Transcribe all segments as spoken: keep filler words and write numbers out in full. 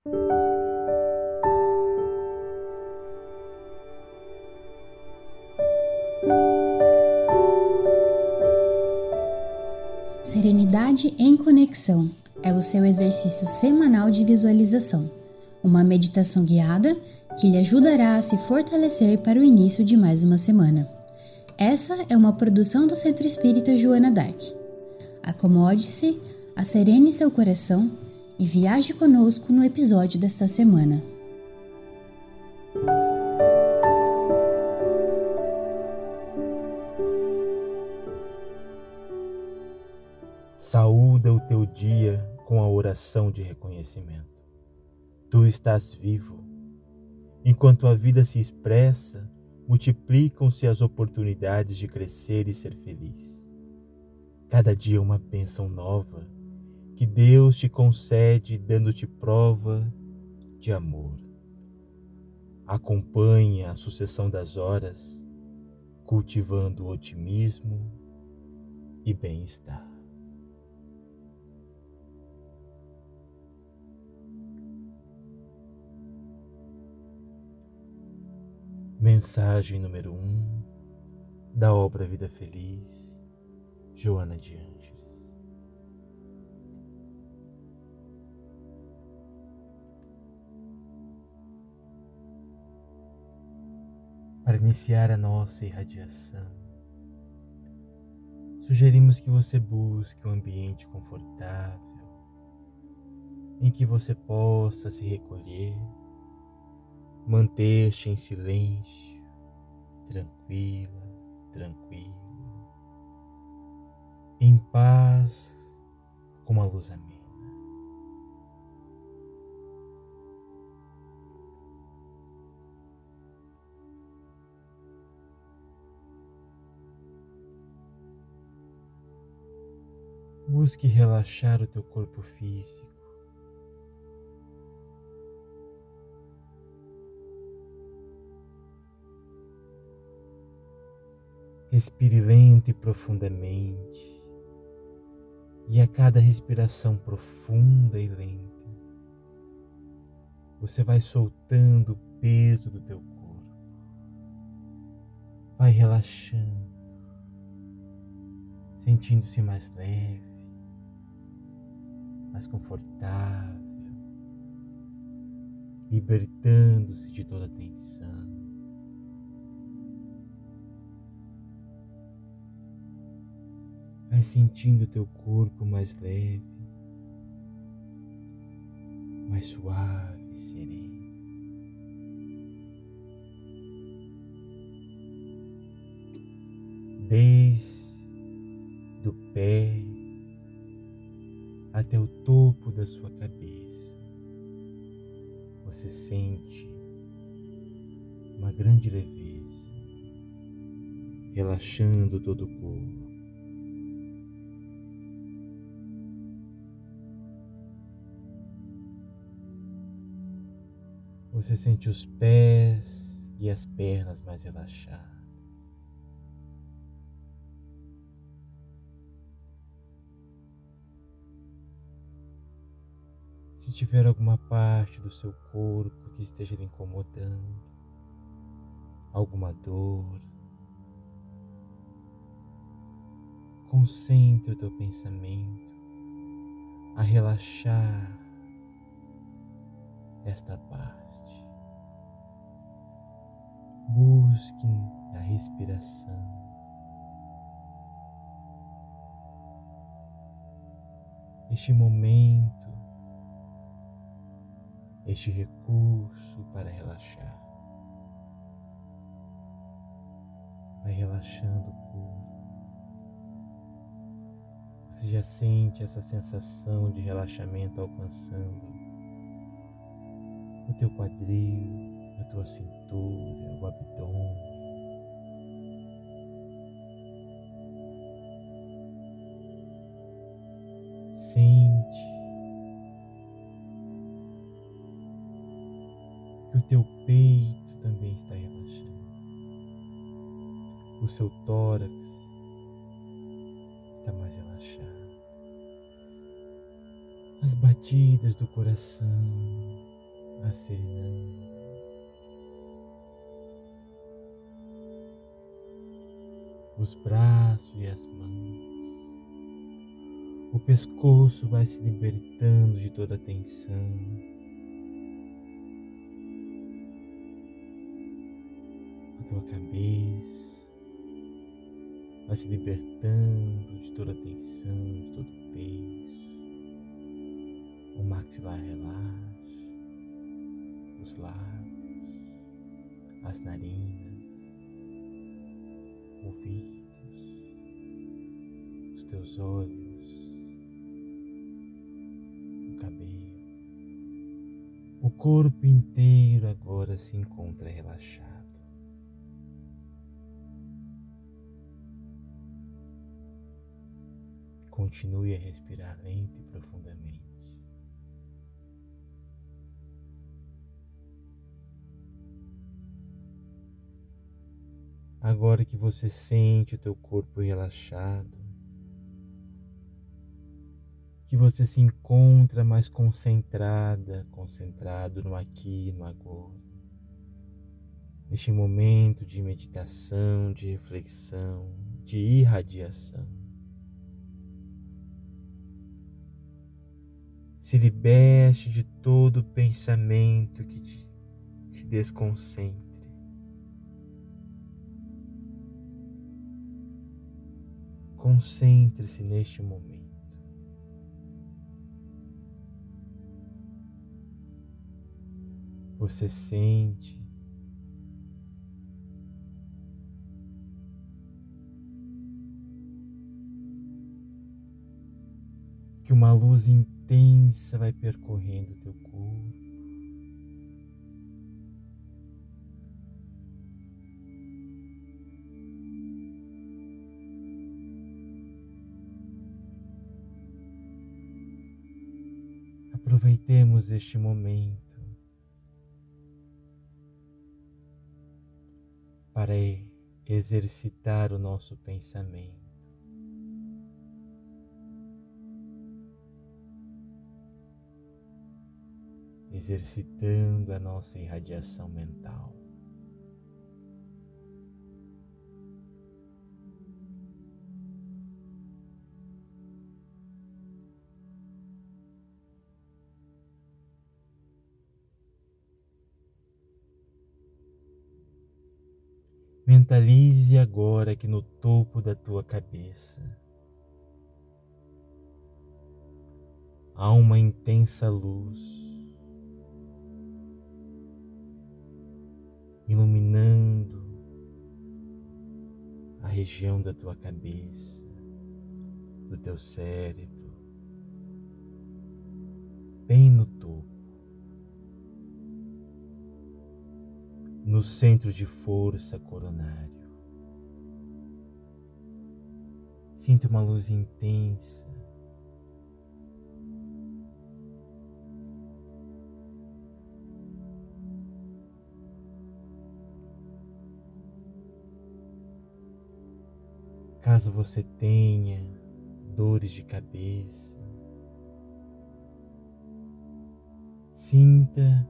Serenidade em Conexão é o seu exercício semanal de visualização, uma meditação guiada que lhe ajudará a se fortalecer para o início de mais uma semana. Essa é uma produção do Centro Espírita Joana d'Arc. Acomode-se, acerene seu coração e viaje conosco no episódio desta semana. Saúda o teu dia com a oração de reconhecimento. Tu estás vivo. Enquanto a vida se expressa, multiplicam-se as oportunidades de crescer e ser feliz. Cada dia uma bênção nova que Deus te concede, dando-te prova de amor. Acompanha a sucessão das horas, cultivando otimismo e bem-estar. Mensagem número um da obra Vida Feliz, Joana de Ângeles. Para iniciar a nossa irradiação, sugerimos que você busque um ambiente confortável, em que você possa se recolher, manter-te em silêncio, tranquila, tranquilo, em paz, com uma luz amena. Busque relaxar o teu corpo físico. Respire lento e profundamente, e a cada respiração profunda e lenta, você vai soltando o peso do teu corpo, vai relaxando, sentindo-se mais leve, mais confortável, libertando-se de toda a tensão. Vai sentindo o teu corpo mais leve, mais suave e sereno. Desde o pé até o topo da sua cabeça, você sente uma grande leveza, relaxando todo o corpo. Você sente os pés e as pernas mais relaxadas. Se tiver alguma parte do seu corpo que esteja lhe incomodando, alguma dor, concentre o teu pensamento a relaxar esta parte. Busque na respiração este momento, este recurso para relaxar. Vai relaxando o corpo. Você já sente essa sensação de relaxamento alcançando o teu quadril, a tua cintura, o abdômen. Sente que o teu peito também está relaxando. O seu tórax está mais relaxado. As batidas do coração acerenando. Os braços e as mãos. O pescoço vai se libertando de toda a tensão. A tua cabeça vai se libertando de toda a tensão, de todo o peso. O maxilar relaxa, os lábios, as narinas, ouvidos, os teus olhos, o cabelo. O corpo inteiro agora se encontra relaxado. Continue a respirar lento e profundamente. Agora que você sente o teu corpo relaxado, que você se encontra mais concentrada, concentrado no aqui e no agora, neste momento de meditação, de reflexão, de irradiação. Se liberte de todo pensamento que te, te desconcentre. Concentre-se neste momento. Você sente que uma luz intensa vai percorrendo o teu corpo. Aproveitemos este momento para exercitar o nosso pensamento. Exercitando a nossa irradiação mental. Mentalize agora que no topo da tua cabeça há uma intensa luz iluminando a região da tua cabeça, do teu cérebro, bem no topo, no centro de força coronário. Sinta uma luz intensa, caso você tenha dores de cabeça, sinta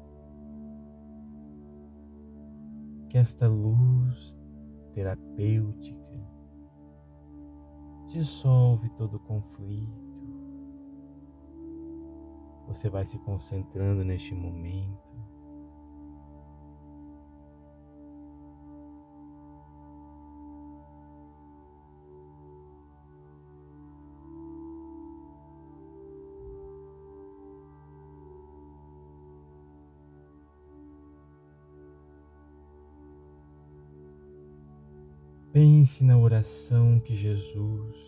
que esta luz terapêutica dissolve todo o conflito. Você vai se concentrando neste momento. Pense na oração que Jesus,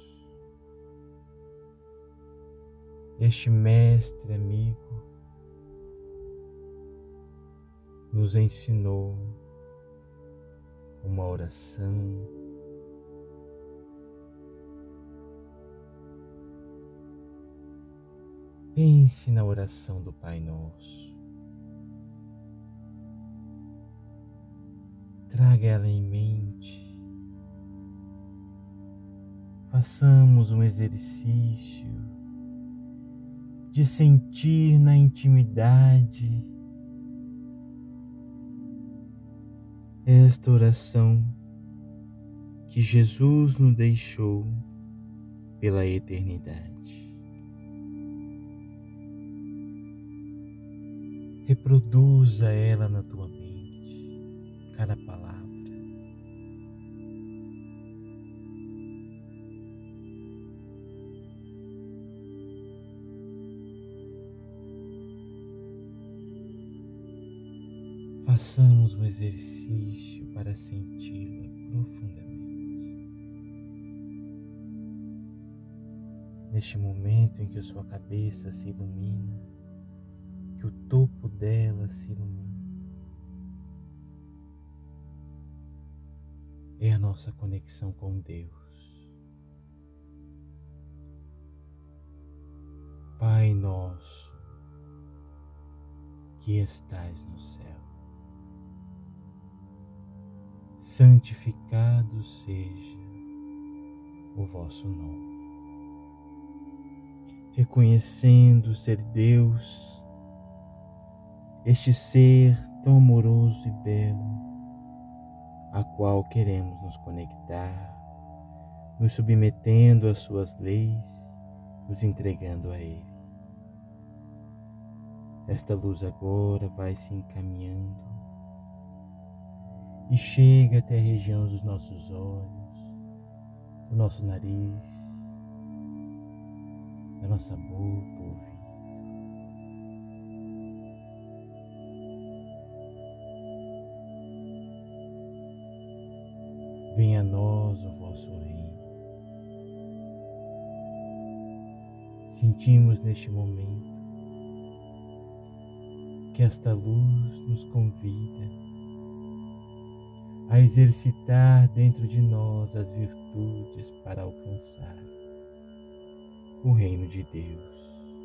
este mestre amigo, nos ensinou, uma oração pense na oração do Pai Nosso. Traga ela em mente. Façamos um exercício de sentir na intimidade esta oração que Jesus nos deixou pela eternidade. Reproduza ela na tua mente, cada palavra. Façamos um exercício para senti-la profundamente. Neste momento em que a sua cabeça se ilumina, que o topo dela se ilumina, é a nossa conexão com Deus. Pai nosso, que estais no céu, santificado seja o vosso nome. Reconhecendo ser Deus, este ser tão amoroso e belo, a qual queremos nos conectar, nos submetendo às suas leis, nos entregando a Ele. Esta luz agora vai se encaminhando e chega até a região dos nossos olhos, do nosso nariz, da nossa boca, ouvido. Venha a nós o vosso reino. Sentimos neste momento que esta luz nos convida a exercitar dentro de nós as virtudes para alcançar o reino de Deus.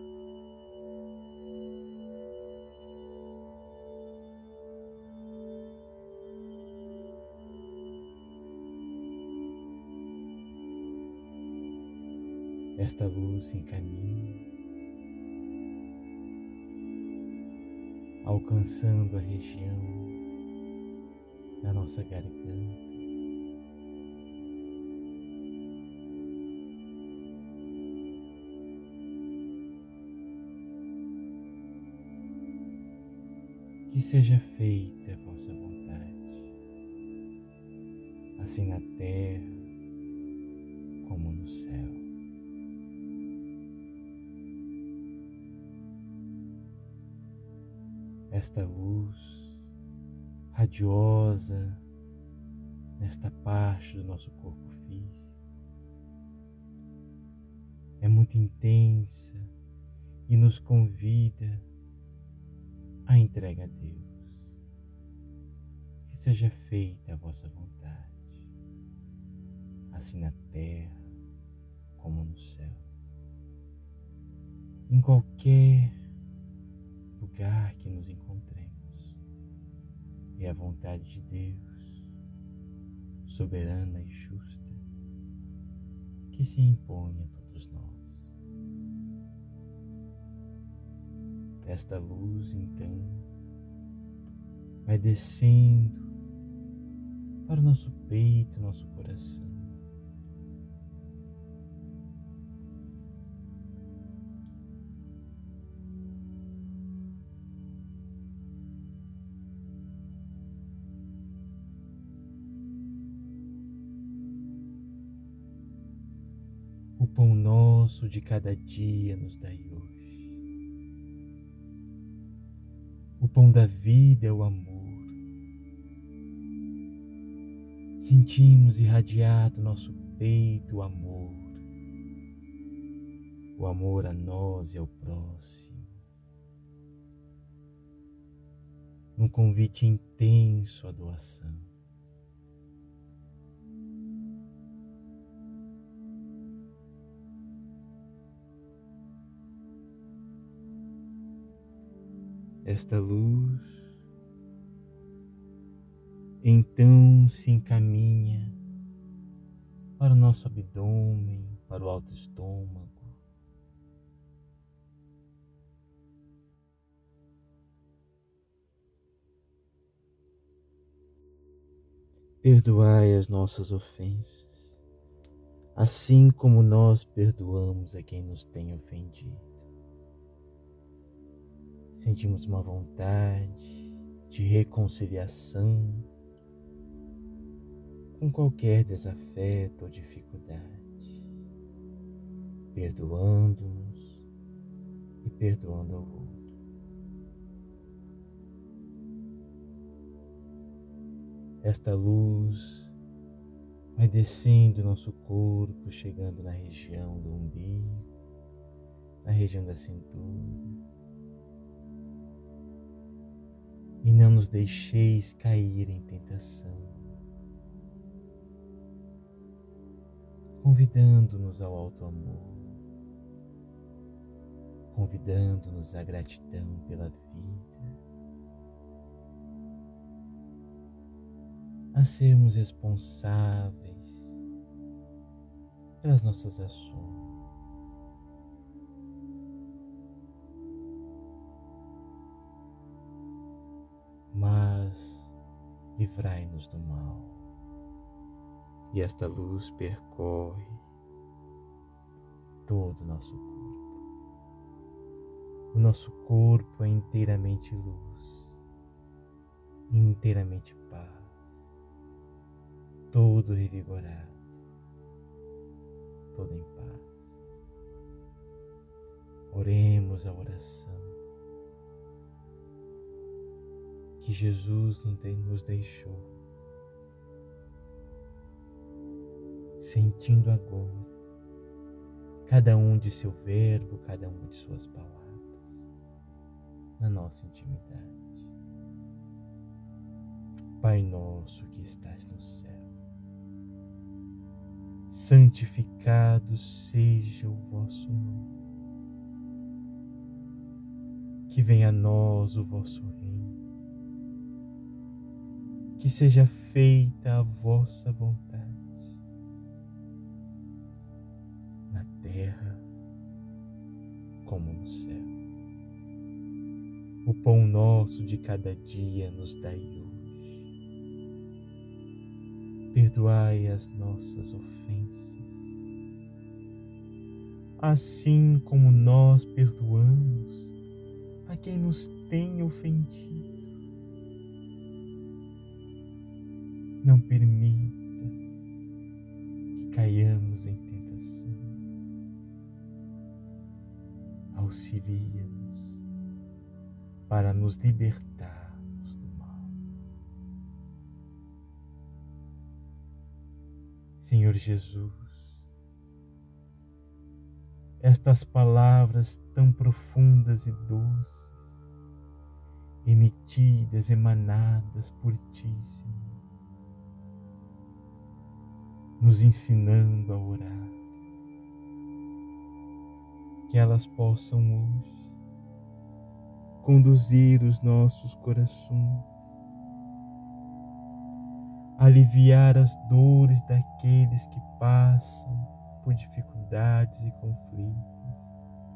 Esta luz se encaminha, alcançando a região da nossa garganta, que seja feita a vossa vontade, assim na terra como no céu. Esta luz radiosa nesta parte do nosso corpo físico é muito intensa e nos convida à entrega a Deus. Que seja feita a vossa vontade, assim na terra como no céu. Em qualquer lugar que nos encontremos, é a vontade de Deus, soberana e justa, que se impõe a todos nós. Esta luz, então, vai descendo para o nosso peito, nosso coração. O pão nosso de cada dia nos dai hoje. O pão da vida é o amor. Sentimos irradiar do nosso peito o amor. O amor a nós e ao próximo. Um convite intenso à doação. Esta luz então se encaminha para o nosso abdômen, para o alto estômago. Perdoai as nossas ofensas, assim como nós perdoamos a quem nos tem ofendido. Sentimos uma vontade de reconciliação com qualquer desafeto ou dificuldade, perdoando-nos e perdoando ao outro. Esta luz vai descendo nosso corpo, chegando na região do umbigo, na região da cintura. E não nos deixeis cair em tentação, convidando-nos ao alto amor, convidando-nos à gratidão pela vida, a sermos responsáveis pelas nossas ações. Mas livrai-nos do mal. E esta luz percorre todo o nosso corpo. O nosso corpo é inteiramente luz, inteiramente paz, todo revigorado, todo em paz. Oremos a oração que Jesus nos deixou, sentindo agora cada um de seu verbo, cada uma de suas palavras, na nossa intimidade. Pai nosso que estás no céu, santificado seja o vosso nome. Que venha a nós o vosso reino. Que seja feita a vossa vontade, na terra como no céu. O pão nosso de cada dia nos dai hoje. Perdoai as nossas ofensas, assim como nós perdoamos a quem nos tem ofendido. Não permita que caiamos em tentação. Auxilia-nos para nos libertarmos do mal. Senhor Jesus, estas palavras tão profundas e doces, emitidas, emanadas por Ti, Senhor, nos ensinando a orar, que elas possam hoje conduzir os nossos corações, aliviar as dores daqueles que passam por dificuldades e conflitos,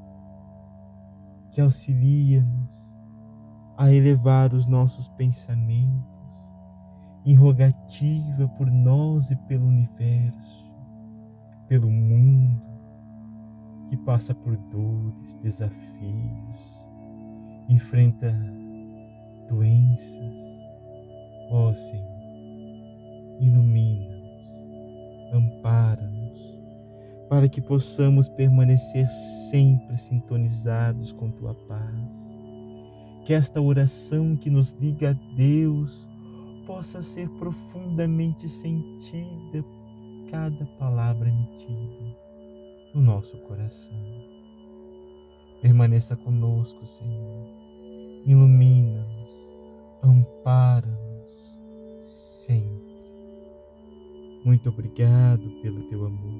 que auxilia-nos a elevar os nossos pensamentos em rogativa por nós e pelo universo, pelo mundo que passa por dores, desafios, enfrenta doenças. Ó Senhor, ilumina-nos, ampara-nos, para que possamos permanecer sempre sintonizados com Tua paz. Que esta oração que nos liga a Deus possa ser profundamente sentida cada palavra emitida no nosso coração. Permaneça conosco, Senhor. Ilumina-nos, ampara-nos sempre. Muito obrigado pelo Teu amor.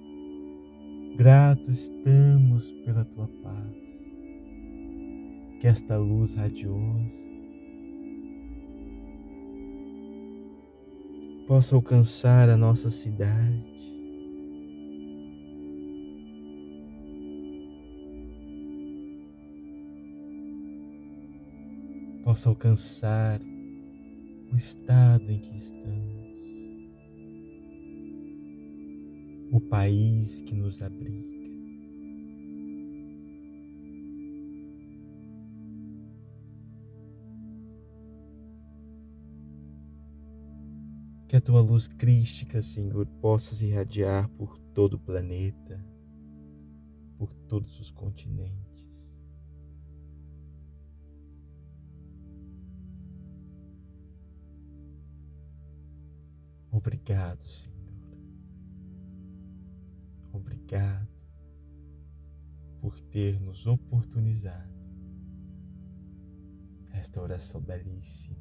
Gratos estamos pela Tua paz. Que esta luz radiosa possa alcançar a nossa cidade, possa alcançar o estado em que estamos, o país que nos abriga. Que a tua luz crística, Senhor, possa se irradiar por todo o planeta, por todos os continentes. Obrigado, Senhor. Obrigado por ter nos oportunizado esta oração belíssima.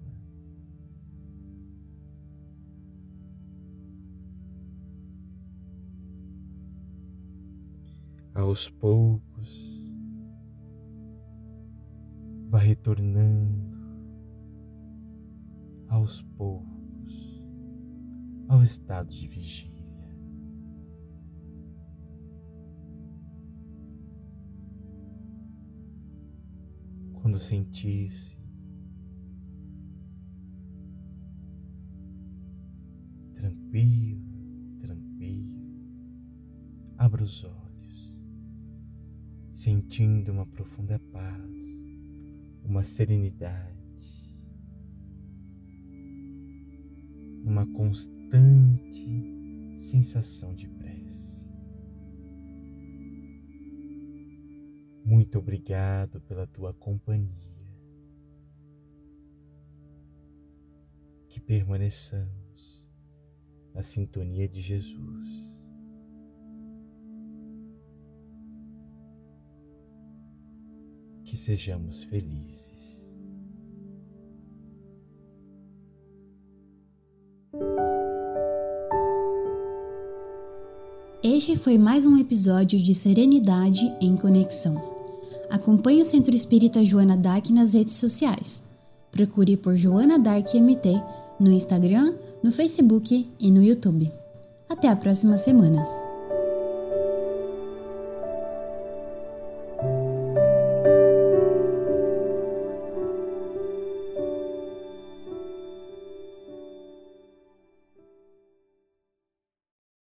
Aos poucos, vai retornando, aos poucos, ao estado de vigília. Quando sentir-se tranquilo, tranquilo, abra os olhos, sentindo uma profunda paz, uma serenidade, uma constante sensação de prece. Muito obrigado pela tua companhia. Que permaneçamos na sintonia de Jesus. Que sejamos felizes. Este foi mais um episódio de Serenidade em Conexão. Acompanhe o Centro Espírita Joana Dark nas redes sociais. Procure por Joana Dark M T no Instagram, no Facebook e no YouTube. Até a próxima semana.